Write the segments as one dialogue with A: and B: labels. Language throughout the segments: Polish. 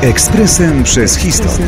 A: Ekspresem przez historię.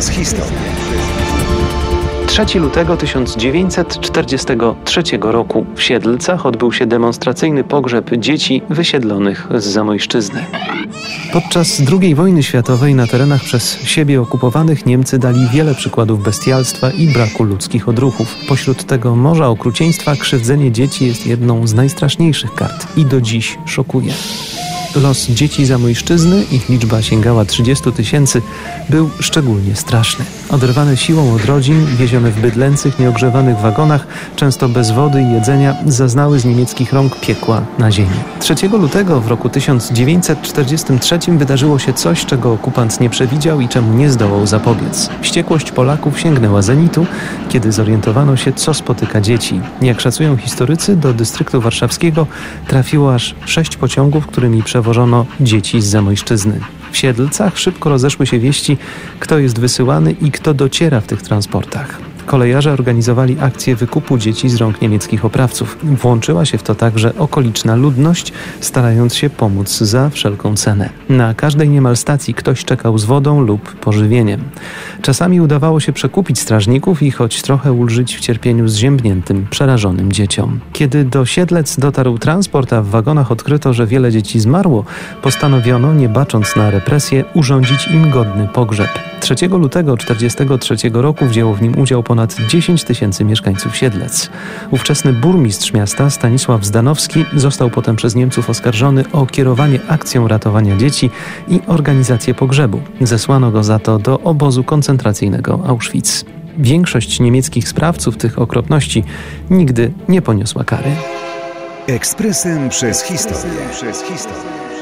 B: 3 lutego 1943 roku w Siedlcach odbył się demonstracyjny pogrzeb dzieci wysiedlonych z Zamojszczyzny. Podczas II wojny światowej na terenach przez siebie okupowanych Niemcy dali wiele przykładów bestialstwa i braku ludzkich odruchów. Pośród tego morza okrucieństwa krzywdzenie dzieci jest jedną z najstraszniejszych kart i do dziś szokuje. Los dzieci Zamojszczyzny, ich liczba sięgała 30 000, był szczególnie straszny. Oderwane siłą od rodzin, wiezione w bydlęcych, nieogrzewanych wagonach, często bez wody i jedzenia, zaznały z niemieckich rąk piekła na ziemi. 3 lutego w roku 1943 wydarzyło się coś, czego okupant nie przewidział i czemu nie zdołał zapobiec. Wściekłość Polaków sięgnęła zenitu, kiedy zorientowano się, co spotyka dzieci. Jak szacują historycy, do dystryktu warszawskiego trafiło aż 6 pociągów, którymi przewożono dzieci z Zamojszczyzny. W Siedlcach szybko rozeszły się wieści, kto jest wysyłany i kto dociera w tych transportach. Kolejarze organizowali akcję wykupu dzieci z rąk niemieckich oprawców. Włączyła się w to także okoliczna ludność, starając się pomóc za wszelką cenę. Na każdej niemal stacji ktoś czekał z wodą lub pożywieniem. Czasami udawało się przekupić strażników i choć trochę ulżyć w cierpieniu zziębniętym, przerażonym dzieciom. Kiedy do Siedlec dotarł transport, a w wagonach odkryto, że wiele dzieci zmarło, postanowiono, nie bacząc na represje, urządzić im godny pogrzeb. 3 lutego 1943 roku wzięło w nim udział ponad 10 000 mieszkańców Siedlec. Ówczesny burmistrz miasta Stanisław Zdanowski został potem przez Niemców oskarżony o kierowanie akcją ratowania dzieci i organizację pogrzebu. Zesłano go za to do obozu koncentracyjnego Auschwitz. Większość niemieckich sprawców tych okropności nigdy nie poniosła kary.
A: Ekspresem przez historię.